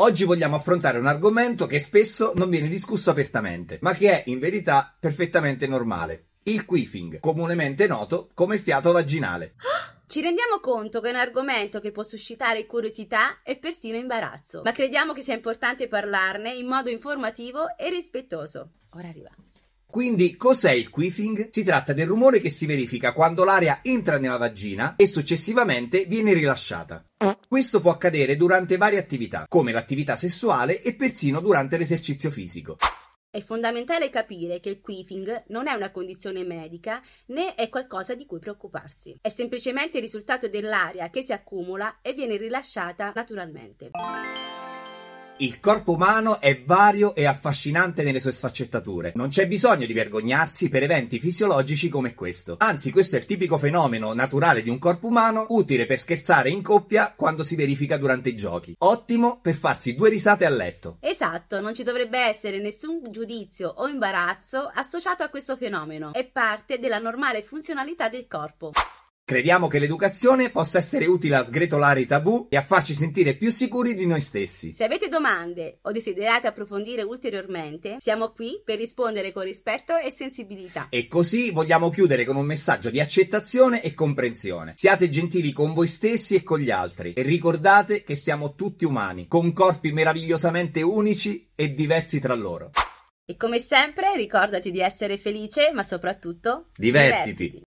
Oggi vogliamo affrontare un argomento che spesso non viene discusso apertamente, ma che è in verità perfettamente normale. Il queefing, comunemente noto come fiato vaginale. Ci rendiamo conto che è un argomento che può suscitare curiosità e persino imbarazzo, ma crediamo che sia importante parlarne in modo informativo e rispettoso. Ora arriva. Quindi, cos'è il queefing? Si tratta del rumore che si verifica quando l'aria entra nella vagina e successivamente viene rilasciata. Questo può accadere durante varie attività, come l'attività sessuale e persino durante l'esercizio fisico. È fondamentale capire che il queefing non è una condizione medica né è qualcosa di cui preoccuparsi. È semplicemente il risultato dell'aria che si accumula e viene rilasciata naturalmente. Il corpo umano è vario e affascinante nelle sue sfaccettature. Non c'è bisogno di vergognarsi per eventi fisiologici come questo. Anzi, questo è il tipico fenomeno naturale di un corpo umano, utile per scherzare in coppia quando si verifica durante i giochi. Ottimo per farsi 2 risate a letto. Esatto, non ci dovrebbe essere nessun giudizio o imbarazzo associato a questo fenomeno. È parte della normale funzionalità del corpo. Crediamo che l'educazione possa essere utile a sgretolare i tabù e a farci sentire più sicuri di noi stessi. Se avete domande o desiderate approfondire ulteriormente, siamo qui per rispondere con rispetto e sensibilità. E così vogliamo chiudere con un messaggio di accettazione e comprensione. Siate gentili con voi stessi e con gli altri e ricordate che siamo tutti umani, con corpi meravigliosamente unici e diversi tra loro. E come sempre ricordati di essere felice, ma soprattutto Divertiti.